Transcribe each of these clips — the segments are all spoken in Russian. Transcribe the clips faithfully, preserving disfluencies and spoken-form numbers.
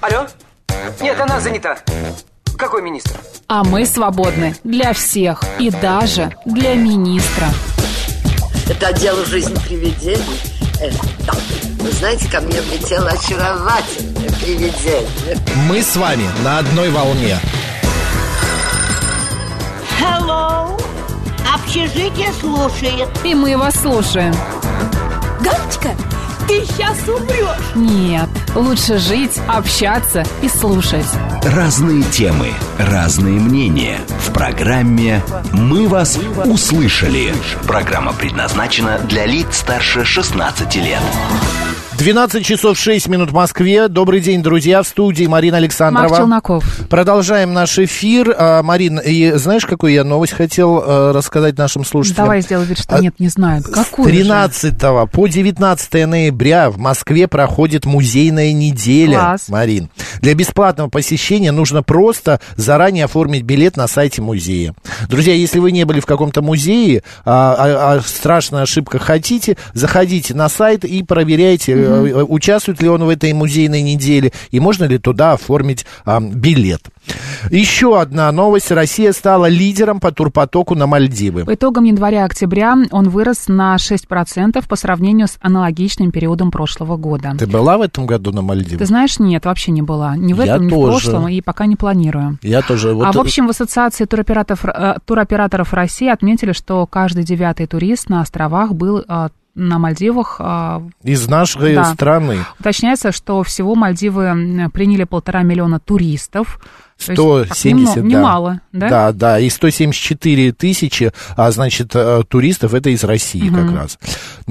Алло? Нет, она занята. Какой министр? А мы свободны для всех и даже для министра. Это отдел «Жизнь привидений». Э, да. Вы знаете, ко мне влетело очаровательное привидение. Мы с вами на одной волне. Hello. Общежитие слушает. И мы вас слушаем. Галочка, ты сейчас умрешь. Нет, лучше жить, общаться и слушать. Разные темы, разные мнения. В программе «Мы вас услышали». Программа предназначена для лиц старше шестнадцати лет. двенадцать часов шесть минут в Москве. Добрый день, друзья, в студии Марина Александрова. Марк Челноков. Продолжаем наш эфир. А, Марин, и знаешь, какую я новость хотел а, рассказать нашим слушателям? Давай сделай вид, что а, нет, не знают. Какую С тринадцатого же? По девятнадцатое ноября в Москве проходит музейная неделя. Класс. Марин, для бесплатного посещения нужно просто заранее оформить билет на сайте музея. Друзья, если вы не были в каком-то музее, а, а, а страшная ошибка хотите, заходите на сайт и проверяйте, Mm-hmm. участвует ли он в этой музейной неделе и можно ли туда оформить а, билет. Еще одна новость. Россия стала лидером по турпотоку на Мальдивы. По итогам января-октября он вырос на шесть процентов по сравнению с аналогичным периодом прошлого года. Ты была в этом году на Мальдивах? Ты знаешь, нет, вообще не была. Ни в этом, Я ни тоже. в прошлом, и пока не планирую. Я тоже. Вот... А в общем, в Ассоциации туроператоров, туроператоров России отметили, что каждый девятый турист на островах был на Мальдивах. Из нашей да. страны. Уточняется, что всего Мальдивы приняли полтора миллиона туристов. сто семьдесят, немного, да. Немало, да? Да, да, и сто семьдесят четыре тысячи, а, значит, туристов, это из России угу. как раз.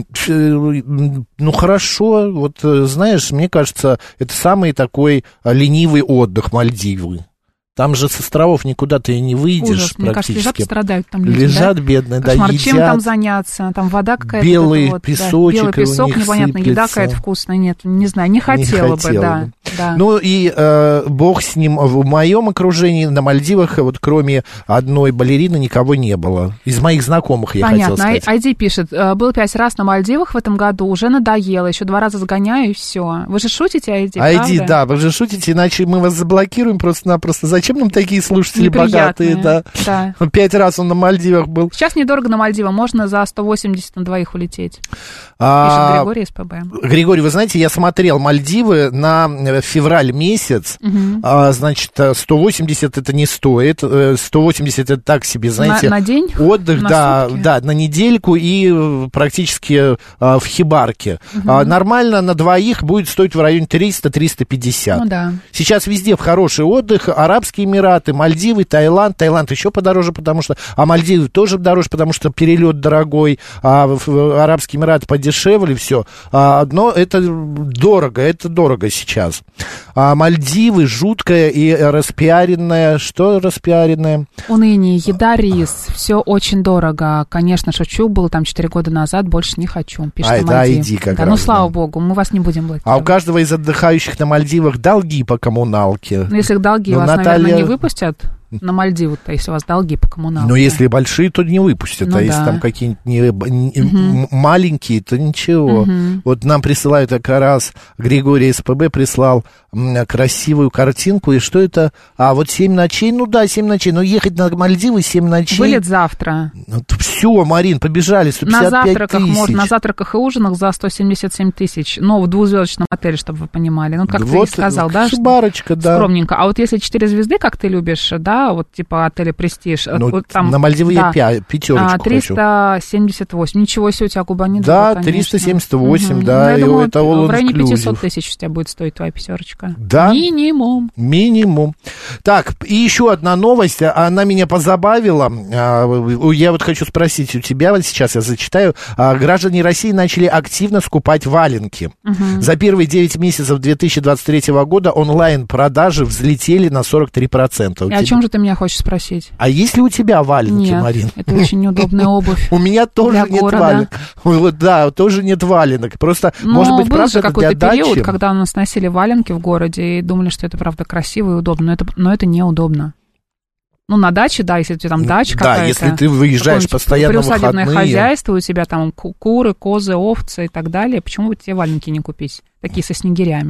Ну, хорошо, вот, знаешь, мне кажется, это самый такой ленивый отдых Мальдивы. Там же с островов никуда ты не выйдешь. Ужас, мне кажется, лежат и страдают там люди. Лежат, да? бедные, Кошмар. да, едят. Чем там заняться? Там вода какая-то. Белый вот, песочек, да. Белый песок, у них непонятно, сыплется. еда какая-то вкусная. Нет, не знаю, не хотела, не хотела бы, да, да. Ну и э, бог с ним, в моем окружении на Мальдивах, вот кроме одной балерины, никого не было. Из моих знакомых, я Понятно. хотел сказать. Айди пишет, был пять раз на Мальдивах в этом году, уже надоело, еще два раза сгоняю, и все. Вы же шутите, Айди, Айди, правда? да, вы же шутите, иначе мы вас заблокируем просто-напросто. Зачем нам такие слушатели богатые, да? да. Пять раз он на Мальдивах был. Сейчас недорого на Мальдивах, можно за сто восемьдесят на двоих улететь. А, пишет Григорий СПБ. Григорий, вы знаете, я смотрел Мальдивы на февраль месяц, угу. а, значит, сто восемьдесят это не стоит, сто восемьдесят это так себе, знаете. На, на день? Отдых, на да, сутки? да, на недельку и практически а, в хибарке. Угу. А, нормально на двоих будет стоить в районе триста - триста пятьдесят. Ну да. Сейчас везде в хороший отдых, Арабские Эмираты, Мальдивы, Таиланд, Таиланд еще подороже, потому что, а Мальдивы тоже дороже, потому что перелет дорогой, а в Арабские Эмираты подешевле, все. А, но это дорого, это дорого сейчас. А Мальдивы жуткая и распиаренная, что распиаренная? Уныние, еда, рис, все очень дорого. Конечно, шучу, было там четыре года назад, больше не хочу, пишет а, это ай ди как да, раз. Ну, слава богу, мы вас не будем блокировать. А у каждого из отдыхающих на Мальдивах долги по коммуналке. Ну, если долги ну, вас, Наталья... наверное, не выпустят на Мальдивы-то, если у вас долги по коммуналке. Но если большие, то не выпустят, ну, а да. если там какие-нибудь не, не, угу. маленькие, то ничего. Угу. Вот нам присылают как раз, Григорий СПБ прислал красивую картинку, и что это? А, вот семь ночей, ну да, семь ночей, но ехать на Мальдивы семь ночей. Вылет завтра. Ну, все, Марин, побежали, сто пятьдесят пять на завтраках тысяч. Можно, на завтраках и ужинах за сто семьдесят семь тысяч, но в двухзвездочном отеле, чтобы вы понимали. Ну, как вот, ты и сказал, да? Барочка, да. Скромненько. А вот если четыре звезды, как ты любишь, да, вот типа отеля «Престиж». Ну, вот там, на Мальдивы да, я пятерочку триста семьдесят восемь. Хочу. Ничего себе, у тебя губа не да, триста семьдесят восемь, угу. да, ну, и думаю, это all в районе inclusive. пятьсот тысяч у тебя будет стоить твоя пятерочка. Да? Минимум. Минимум. Так, и еще одна новость, она меня позабавила. Я вот хочу спросить у тебя, вот сейчас я зачитаю. Граждане России начали активно скупать валенки. Угу. За первые девять месяцев две тысячи двадцать третьего года онлайн-продажи взлетели на сорок три процента. И тебя... о чем же ты меня хочешь спросить? А есть ли у тебя валенки, нет, Марин? Это очень неудобная обувь. У меня тоже нет валенок. Да, тоже нет валенок. Просто, может быть, правда, был же какой-то период, когда у нас носили валенки в городе и думали, что это, правда, красиво и удобно, но это, но это неудобно. Ну, на даче, да, если у тебя там дача да, какая-то. если ты выезжаешь постоянно в выходные. Приусадебное хозяйство, у тебя там куры, козы, овцы и так далее, почему бы тебе валенки не купить? Такие со снегирями.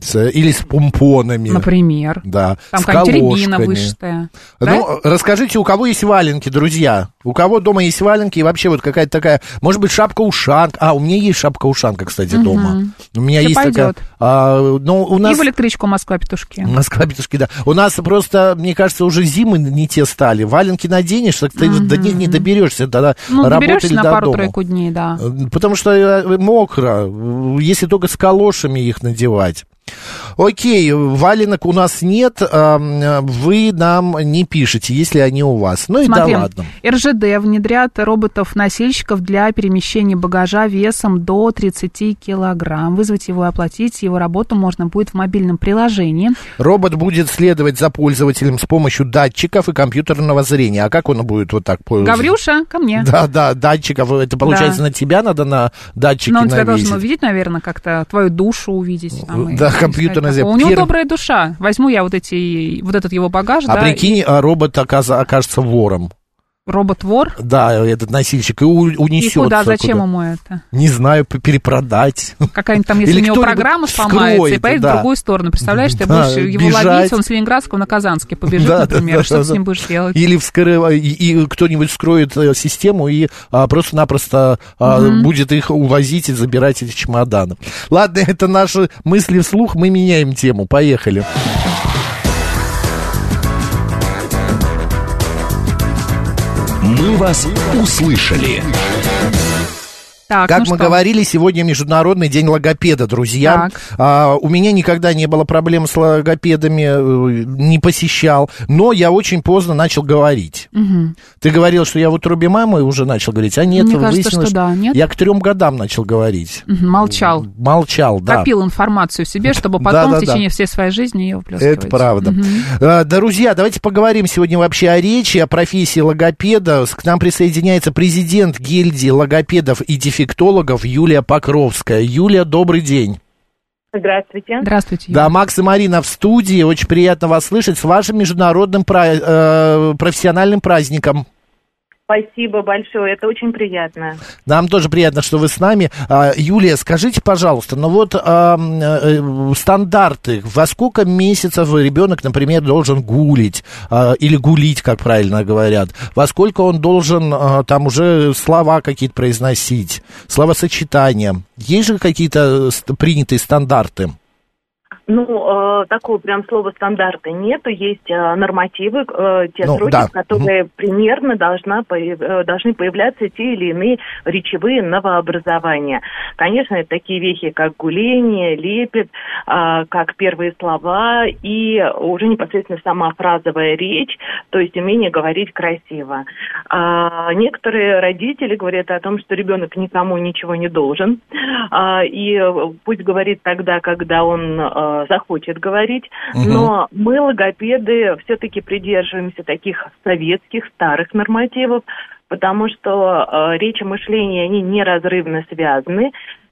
С, или с помпонами. Например. Да. Там с какая-нибудь колошками. рябина вышитая. Ну, Да? расскажите, у кого есть валенки, друзья? У кого дома есть валенки и вообще вот какая-то такая, может быть, шапка-ушанка. А, у меня есть шапка-ушанка, кстати, угу. дома. У меня Все есть пойдет. такая... А, ну, у нас... И в электричку Москва-петушки. Москва-петушки, да. У нас просто, мне кажется, уже зимы не те стали. Валенки наденешь, так ты угу. до них не доберешься. Тогда ну, доберешься работали на до пару-тройку дней, да. Потому что мокро, если только с калошами их надевать. Окей, валенок у нас нет, вы нам не пишете, если они у вас. Ну и Смотри, да ладно. эр жэ дэ внедрят роботов-носильщиков для перемещения багажа весом до тридцать килограмм. Вызвать его и оплатить его работу можно будет в мобильном приложении. Робот будет следовать за пользователем с помощью датчиков и компьютерного зрения. А как он будет вот так пользоваться? Гаврюша, ко мне. Да, да, датчиков. Это получается да. на тебя надо на датчики навесить. Но он навесить. тебя должен увидеть, наверное, как-то твою душу увидеть. Там, да, компьютерное зрение. У него добрая душа. Возьму я вот, эти, вот этот его багаж. А да, прикинь, и... робот окажется, окажется вором. Робот-вор? Да, этот носильщик, и унесется. И куда? Зачем куда? Ему это? Не знаю, перепродать. Какая-нибудь там, если Или у него программа сломается, и поедет да. в другую сторону. Представляешь, ты да, будешь его бежать. Ловить, он с Ленинградского на Казанский побежит, да, например, да, что да, ты да. с ним будешь делать? Или вскрыв... и, и кто-нибудь вскроет систему и а, просто-напросто а, угу. будет их увозить и забирать эти чемоданы. Ладно, это наши мысли вслух, мы меняем тему. Поехали. Мы вас услышали. Так, как ну мы что? говорили, сегодня Международный день логопеда, друзья. А, у меня никогда не было проблем с логопедами, не посещал, но я очень поздно начал говорить. Угу. Ты говорил, что я в утробе мамы уже начал говорить, а нет, мне выяснилось, кажется, что да, нет? Я к трем годам начал говорить. Угу, молчал. Молчал, да. Копил информацию в себе, чтобы потом да, да, в течение да. всей своей жизни ее выплескивать. Это правда. Угу. Друзья, давайте поговорим сегодня вообще о речи, о профессии логопеда. К нам присоединяется президент гильдии логопедов и дефектологов Юлия Покровская. Юлия, добрый день. Здравствуйте. Здравствуйте, Юлия. Да, Макс и Марина в студии. Очень приятно вас слышать с вашим международным пра- э, профессиональным праздником. Спасибо большое, это очень приятно. Нам тоже приятно, что вы с нами. А, Юлия, скажите, пожалуйста, ну вот а, а, стандарты, во сколько месяцев ребенок, например, должен гулить, а, или гулить, как правильно говорят, во сколько он должен а, там уже слова какие-то произносить, словосочетания, есть же какие-то принятые стандарты? Ну, э, такого прям слова стандарта нету, есть э, нормативы, э, те ну, сроки, да. в которые примерно должна, появ, э, должны появляться те или иные речевые новообразования. Конечно, это такие вещи, как гуление, лепет, э, как первые слова и уже непосредственно сама фразовая речь, то есть умение говорить красиво. А некоторые родители говорят о том, что ребенок никому ничего не должен, э, и пусть говорит тогда, когда он... Э, захочет говорить, угу. но мы, логопеды, все-таки придерживаемся таких советских старых нормативов, потому что э, речь и мышление, они неразрывно связаны,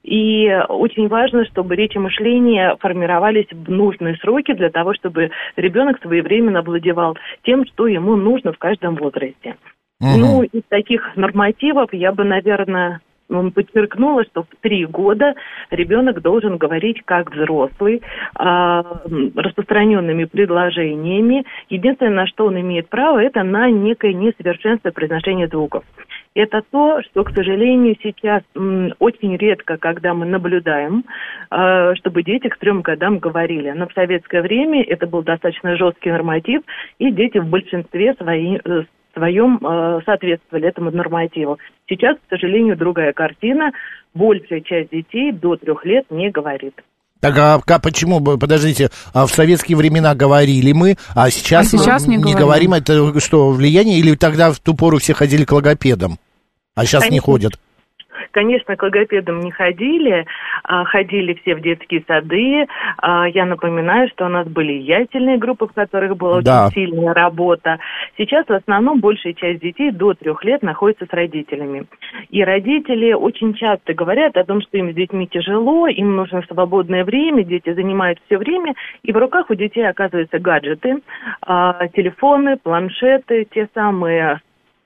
и очень важно, чтобы речь и мышление формировались в нужные сроки для того, чтобы ребенок своевременно овладевал тем, что ему нужно в каждом возрасте. Угу. Ну, из таких нормативов я бы, наверное... подчеркнула, что в три года ребенок должен говорить как взрослый, э, распространенными предложениями. Единственное, на что он имеет право, это на некое несовершенство произношения звуков. Это то, что, к сожалению, сейчас м, очень редко, когда мы наблюдаем, э, чтобы дети к трем годам говорили. Но в советское время это был достаточно жесткий норматив, и дети в большинстве свои, э, своем э, соответствовали этому нормативу. Сейчас, к сожалению, другая картина. Большая часть детей до трех лет не говорит. Так, а, а почему, подождите, а в советские времена говорили мы, а сейчас, а сейчас не, не говорим. говорим, это что, влияние, или тогда в ту пору все ходили к логопедам, а сейчас Конечно. не ходят? Конечно, к логопедам не ходили, ходили все в детские сады. Я напоминаю, что у нас были ясельные группы, в которых была да. очень сильная работа. Сейчас в основном большая часть детей до трех лет находится с родителями. И родители очень часто говорят о том, что им с детьми тяжело, им нужно свободное время, дети занимают все время, и в руках у детей оказываются гаджеты, телефоны, планшеты, те самые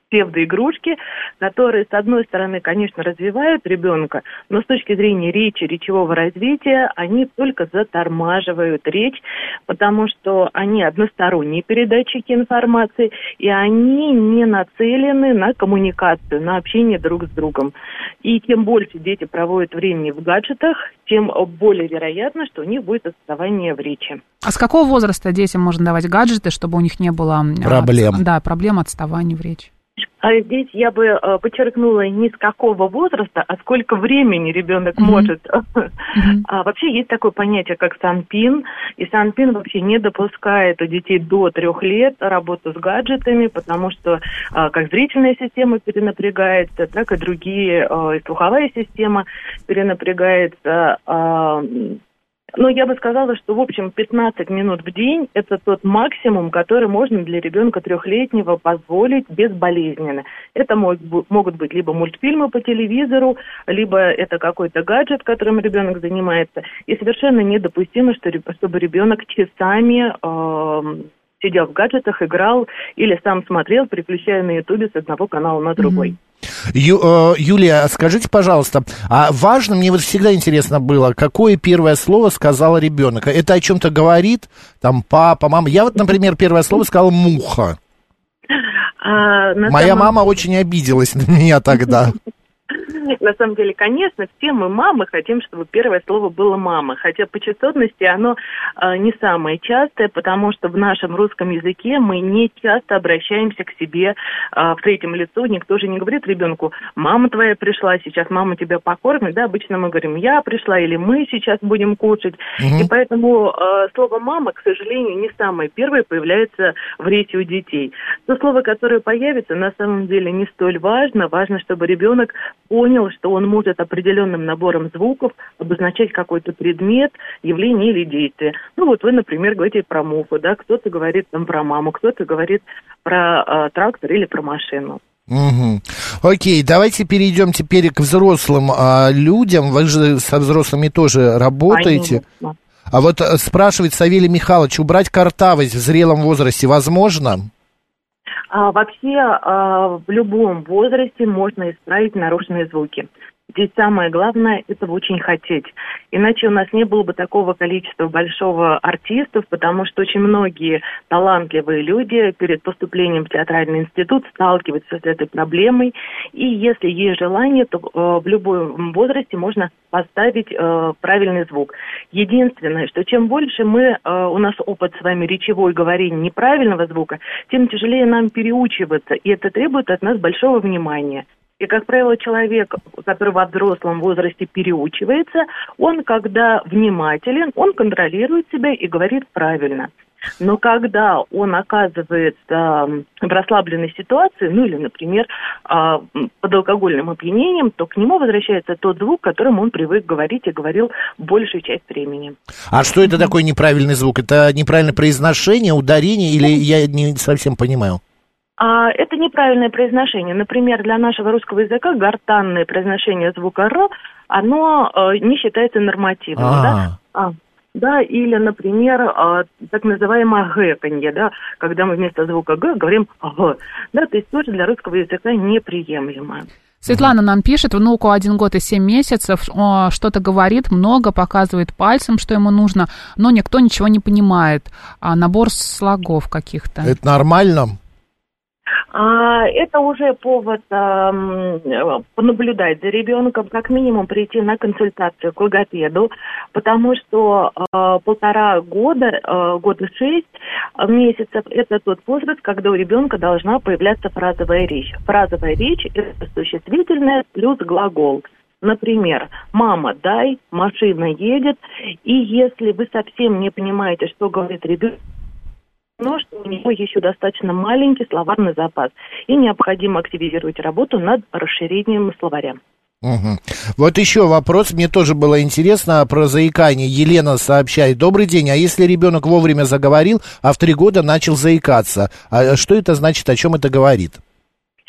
псевдоигрушки, которые, с одной стороны, конечно, развивают ребенка, но с точки зрения речи, речевого развития, они только затормаживают речь, потому что они односторонние передатчики информации, и они не нацелены на коммуникацию, на общение друг с другом. И тем больше дети проводят времени в гаджетах, тем более вероятно, что у них будет отставание в речи. А с какого возраста детям можно давать гаджеты, чтобы у них не было проблем, от, да, проблем отставания в речи? А здесь я бы э, подчеркнула не с какого возраста, а сколько времени ребенок mm-hmm. может. Mm-hmm. А, вообще есть такое понятие, как СанПин, и СанПин вообще не допускает у детей до трех лет работу с гаджетами, потому что а, как зрительная система перенапрягается, так и другие, а, и слуховая система перенапрягается. А, Ну, я бы сказала, что, в общем, пятнадцать минут в день – это тот максимум, который можно для ребенка трехлетнего позволить безболезненно. Это могут быть либо мультфильмы по телевизору, либо это какой-то гаджет, которым ребенок занимается. И совершенно недопустимо, чтобы ребенок часами э, сидел в гаджетах, играл или сам смотрел, переключая на Ютубе с одного канала на другой. Mm-hmm. Ю, э, Юлия, скажите, пожалуйста, а важно, мне вот всегда интересно было, какое первое слово сказал ребенок? Это о чем-то говорит? Там папа, мама. Я вот, например, первое слово сказала муха. А, Моя самом... мама очень обиделась на меня тогда. На самом деле, конечно, все мы мамы хотим, чтобы первое слово было «мама». Хотя по частотности оно э, не самое частое, потому что в нашем русском языке мы не часто обращаемся к себе э, в третьем лицу. Никто же не говорит ребенку: «Мама твоя пришла, сейчас мама тебя покормит». Да, обычно мы говорим: «Я пришла» или «Мы сейчас будем кушать». Mm-hmm. И поэтому э, слово «мама», к сожалению, не самое первое появляется в речи у детей. То слово, которое появится, на самом деле не столь важно. Важно, чтобы ребенок понял, что он может определенным набором звуков обозначать какой-то предмет, явление или действие. Ну вот вы, например, говорите про муху, да, кто-то говорит там про маму, кто-то говорит про э, трактор или про машину. Угу. Окей, давайте перейдем теперь к взрослым э, людям. Вы же со взрослыми тоже работаете. Конечно. А вот спрашивает Савелий Михайлович, убрать картавость в зрелом возрасте возможно? А, вообще а, в любом возрасте можно исправить нарушенные звуки. Здесь самое главное – этого очень хотеть. Иначе у нас не было бы такого количества большого артистов, потому что очень многие талантливые люди перед поступлением в театральный институт сталкиваются с этой проблемой. И если есть желание, то э, в любом возрасте можно поставить э, правильный звук. Единственное, что чем больше мы, э, у нас опыт с вами речевой говорения неправильного звука, тем тяжелее нам переучиваться. И это требует от нас большого внимания. И, как правило, человек, который во взрослом возрасте переучивается, он, когда внимателен, он контролирует себя и говорит правильно. Но когда он оказывается в расслабленной ситуации, ну или, например, под алкогольным опьянением, то к нему возвращается тот звук, которым он привык говорить и говорил большую часть времени. А что это такое неправильный звук? Это неправильное произношение, ударение, или я не совсем понимаю? А, это неправильное произношение. Например, для нашего русского языка гортанное произношение звука «р», оно э, не считается нормативным. Да? А, да, или, например, э, так называемое гэканье, да, когда мы вместо звука «г» говорим «г». Да, то есть тоже для русского языка неприемлемо. Светлана нам пишет, внуку один год и семь месяцев, что-то говорит, много, показывает пальцем, что ему нужно, но никто ничего не понимает. А набор слогов каких-то. Это нормально? Это уже повод э, понаблюдать за ребенком, как минимум прийти на консультацию к логопеду, потому что э, полтора года, э, года шесть месяцев – это тот возраст, когда у ребенка должна появляться фразовая речь. Фразовая речь – это существительное плюс глагол. Например, «мама, дай», «машина едет», и если вы совсем не понимаете, что говорит ребенок, но что у него еще достаточно маленький словарный запас, и необходимо активизировать работу над расширением словаря. Угу. Вот еще вопрос, мне тоже было интересно про заикание. Елена сообщает: добрый день, а если ребенок вовремя заговорил, а в три года начал заикаться, а что это значит, о чем это говорит?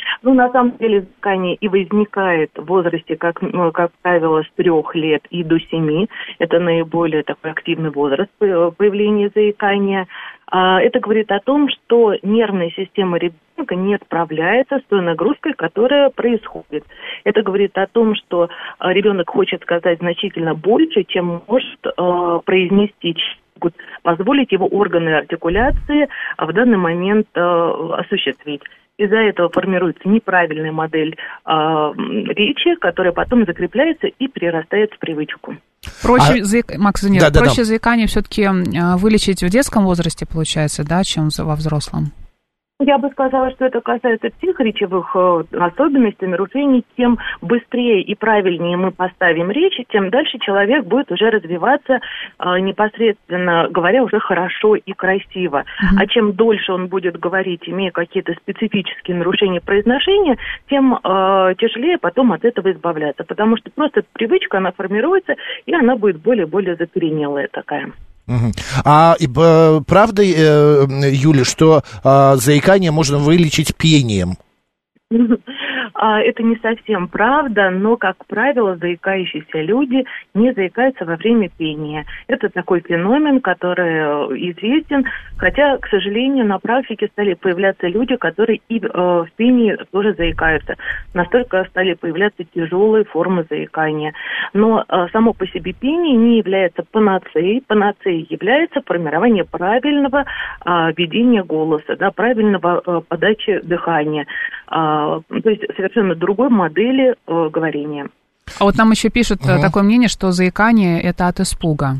Ну, на самом деле, заикание и возникает в возрасте, как, ну, как правило, с трех лет и до семи. Это наиболее такой активный возраст появления заикания. Это говорит о том, что нервная система ребенка не справляется с той нагрузкой, которая происходит. Это говорит о том, что ребенок хочет сказать значительно больше, чем может произнести, позволить его органы артикуляции в данный момент осуществить. Из-за этого формируется неправильная модель э, речи, которая потом закрепляется и перерастает в привычку. Проще, а... заик... Макс, нет, да, да, проще да. заикание все-таки э, вылечить в детском возрасте, получается, да, чем во взрослом? Я бы сказала, что это касается всех речевых э, особенностей, нарушений. Тем быстрее и правильнее мы поставим речь, тем дальше человек будет уже развиваться э, непосредственно, говоря уже хорошо и красиво. Mm-hmm. А чем дольше он будет говорить, имея какие-то специфические нарушения произношения, тем э, тяжелее потом от этого избавляться. Потому что просто привычка, она формируется, и она будет более-более закоренелая такая. Угу. А э, правда, э, Юля, что э, заикание можно вылечить пением? Это не совсем правда, но, как правило, заикающиеся люди не заикаются во время пения. Это такой феномен, который известен, хотя, к сожалению, на практике стали появляться люди, которые и э, в пении тоже заикаются. Настолько стали появляться тяжелые формы заикания. Но э, само по себе пение не является панацеей. Панацеей является формирование правильного э, ведения голоса, да, правильного э, подачи дыхания. Э, то есть совершенно другой модели э, говорения. А вот нам еще пишут угу. такое мнение, что заикание – это от испуга.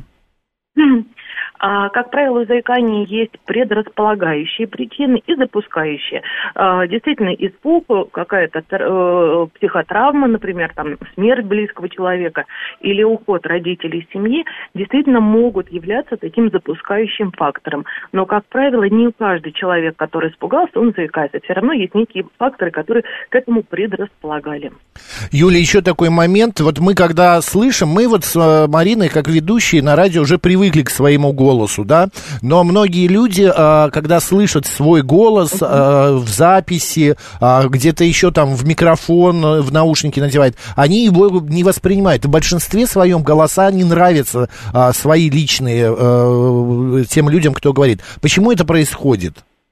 А, как правило, у заикания есть предрасполагающие причины и запускающие. А, действительно, испуг, какая-то э, психотравма, например, там, смерть близкого человека или уход родителей из семьи, действительно могут являться таким запускающим фактором. Но, как правило, не каждый человек, который испугался, он заикается. Все равно есть некие факторы, которые к этому предрасполагали. Юля, еще такой момент. Вот мы, когда слышим, мы вот с Мариной, как ведущие на радио, уже привыкли к своему голосу. голосу, да, но многие люди, когда слышат свой голос в записи, где-то еще там в микрофон, в наушники надевают, они его не воспринимают. В большинстве своем голоса не нравятся свои личные тем людям, кто говорит. Почему это происходит?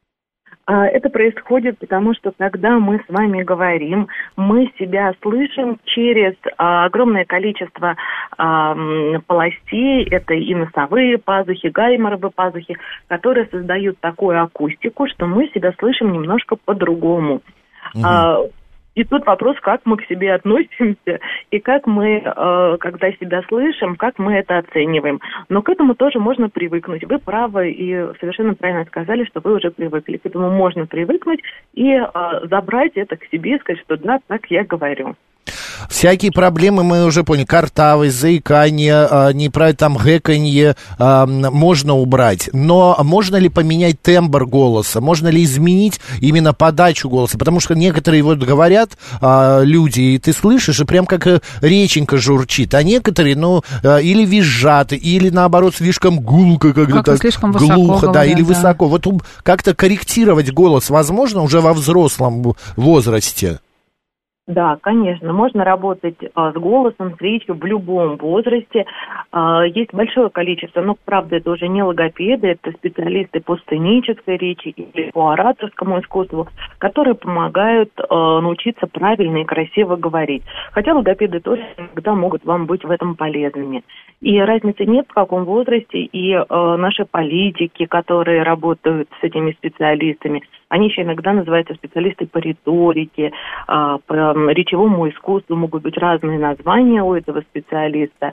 Это происходит потому, что когда мы с вами говорим, мы себя слышим через а, огромное количество а, полостей, это и носовые пазухи, гайморовые пазухи, которые создают такую акустику, что мы себя слышим немножко по-другому. Угу. А, И тут вопрос, как мы к себе относимся, и как мы, э, когда себя слышим, как мы это оцениваем. Но к этому тоже можно привыкнуть. Вы правы и совершенно правильно сказали, что вы уже привыкли. К этому можно привыкнуть и э, забрать это к себе и сказать, что да, так я говорю. Всякие проблемы мы уже поняли. Картавость, заикание, неправильно там гэканье можно убрать. Но можно ли поменять тембр голоса? Можно ли изменить именно подачу голоса? Потому что некоторые вот говорят люди, и ты слышишь, и прям как реченька журчит. А некоторые, ну, или визжат, или наоборот слишком гулко, когда так слишком глухо, говорят, да, или да. высоко. Вот как-то корректировать голос возможно уже во взрослом возрасте? Да, конечно, можно работать а, с голосом, с речью в любом возрасте. А, есть большое количество, но, правда, это уже не логопеды, это специалисты по сценической речи или по ораторскому искусству, которые помогают а, научиться правильно и красиво говорить. Хотя логопеды тоже иногда могут вам быть в этом полезными. И разницы нет в каком возрасте, и а, наши политики, которые работают с этими специалистами, они еще иногда называются специалисты по риторике, а, по речевому искусству, могут быть разные названия у этого специалиста,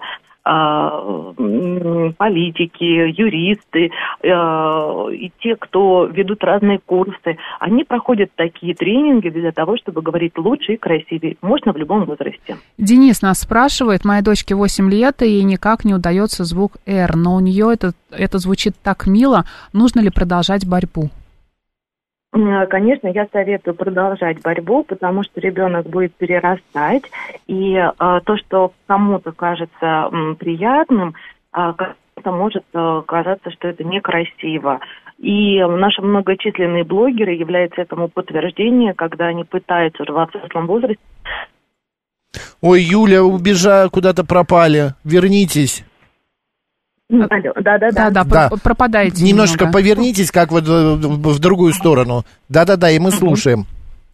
политики, юристы и те, кто ведут разные курсы, они проходят такие тренинги для того, чтобы говорить лучше и красивее. Можно в любом возрасте. Денис нас спрашивает, моей дочке восемь лет, и ей никак не удается звук «р», но у нее это, это звучит так мило. Нужно ли продолжать борьбу? Конечно, я советую продолжать борьбу, потому что ребенок будет перерастать, и а, то, что кому-то кажется м, приятным, а, кому-то может а, казаться, что это некрасиво. И наши многочисленные блогеры являются этому подтверждением, когда они пытаются уже во взрослом возрасте. Ой, Юля, убежали, куда-то пропали. Вернитесь. Алло, да-да-да. Да, да, пропадаете немножко. немного. Повернитесь, как вот в другую сторону. Да-да-да, и мы слушаем.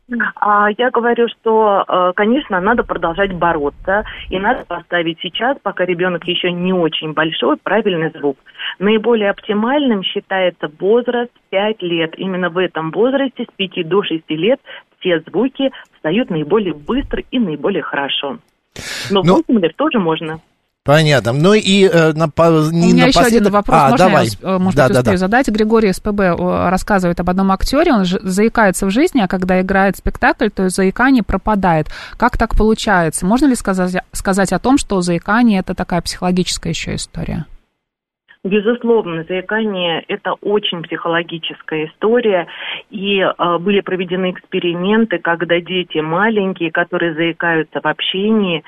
Я говорю, что, конечно, надо продолжать бороться, и надо поставить сейчас, пока ребенок еще не очень большой, правильный звук. Наиболее оптимальным считается возраст пять лет. Именно в этом возрасте, с пяти до шести лет, все звуки встают наиболее быстро и наиболее хорошо. Но в восемь лет тоже можно. Понятно. Ну и э, на, по, не У меня напоследок... еще один вопрос, а, можно давай. я, может да, быть, да, успею да. задать? Григорий СПБ рассказывает об одном актере, он же заикается в жизни, а когда играет спектакль, то заикание пропадает. Как так получается? Можно ли сказать, сказать о том, что заикание – это такая психологическая еще история? Безусловно, заикание – это очень психологическая история, и э, были проведены эксперименты, когда дети маленькие, которые заикаются в общении,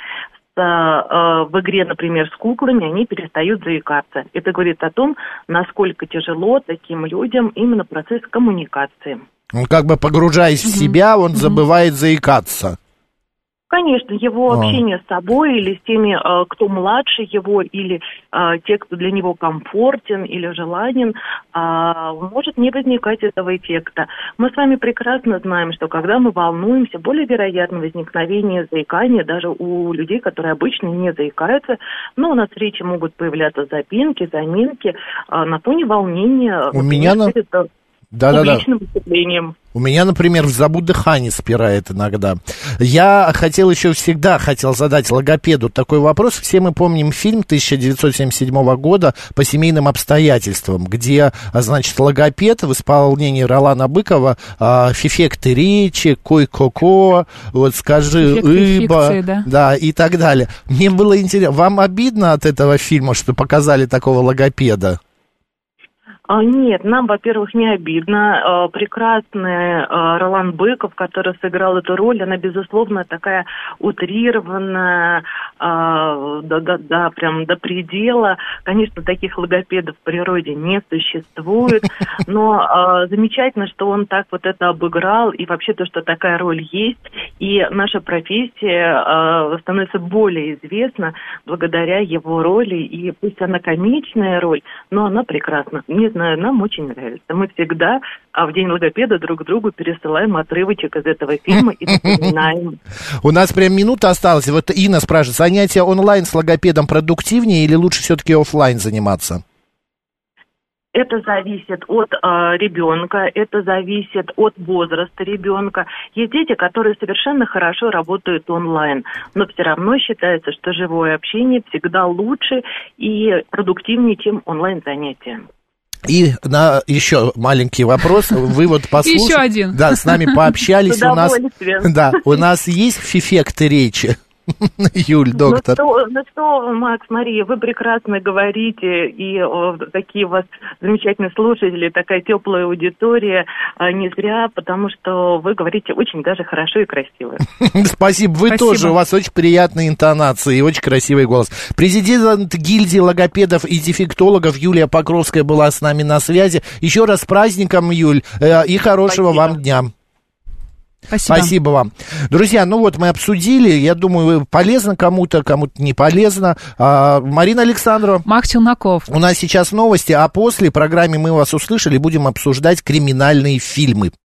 в игре, например, с куклами, они перестают заикаться. Это говорит о том, насколько тяжело таким людям именно процесс коммуникации. Он как бы погружаясь в себя, он забывает заикаться. Конечно, его общение с собой или с теми, кто младше его, или те, кто для него комфортен или желанен, может не возникать этого эффекта. Мы с вами прекрасно знаем, что когда мы волнуемся, более вероятно возникновение заикания даже у людей, которые обычно не заикаются, но у нас в речи могут появляться запинки, заминки на фоне волнения. У меня на... Да, да, да. Выступлением. У меня, например, в забу дыхание спирает иногда. Я хотел еще всегда хотел задать логопеду такой вопрос. Все мы помним фильм тысяча девятьсот семьдесят седьмого года «По семейным обстоятельствам», где, значит, логопед в исполнении Ролана Быкова фефекты речи, кой-ко-ко, вот скажи «ыба», да? Да, и так далее. Мне было интересно, вам обидно от этого фильма, что показали такого логопеда? Нет, нам, во-первых, не обидно. Прекрасный Ролан Быков, который сыграл эту роль, она, безусловно, такая утрированная, да, да, да, прям до предела. Конечно, таких логопедов в природе не существует, но замечательно, что он так вот это обыграл, и вообще то, что такая роль есть, и наша профессия становится более известна благодаря его роли, и пусть она комичная роль, но она прекрасна. Не знаю, нам очень нравится. Мы всегда а в день логопеда друг другу пересылаем отрывочек из этого фильма и вспоминаем. У нас прям минута осталась. Вот Инна спрашивает, занятия онлайн с логопедом продуктивнее или лучше все-таки офлайн заниматься? Это зависит от э, ребенка, это зависит от возраста ребенка. Есть дети, которые совершенно хорошо работают онлайн, но все равно считается, что живое общение всегда лучше и продуктивнее, чем онлайн-занятия. И на еще маленький вопрос. Вы вот послушали. Еще один. Да, с нами пообщались. У нас, да, у нас есть фефекты речи. Юль, доктор. Ну что, ну что, Макс, Мария, вы прекрасно говорите, и о, такие у вас замечательные слушатели, такая теплая аудитория, а, не зря, потому что вы говорите очень даже хорошо и красиво. Спасибо, вы Спасибо. тоже, у вас очень приятные интонации и очень красивый голос. Президент гильдии логопедов и дефектологов Юлия Покровская была с нами на связи. Еще раз с праздником, Юль, и хорошего Спасибо. вам дня. Спасибо. Спасибо вам. Друзья, ну вот мы обсудили, я думаю, полезно кому-то, кому-то не полезно. А, Марина Александрова. Макс Челноков. У нас сейчас новости, а после программы «Мы вас услышали» будем обсуждать криминальные фильмы.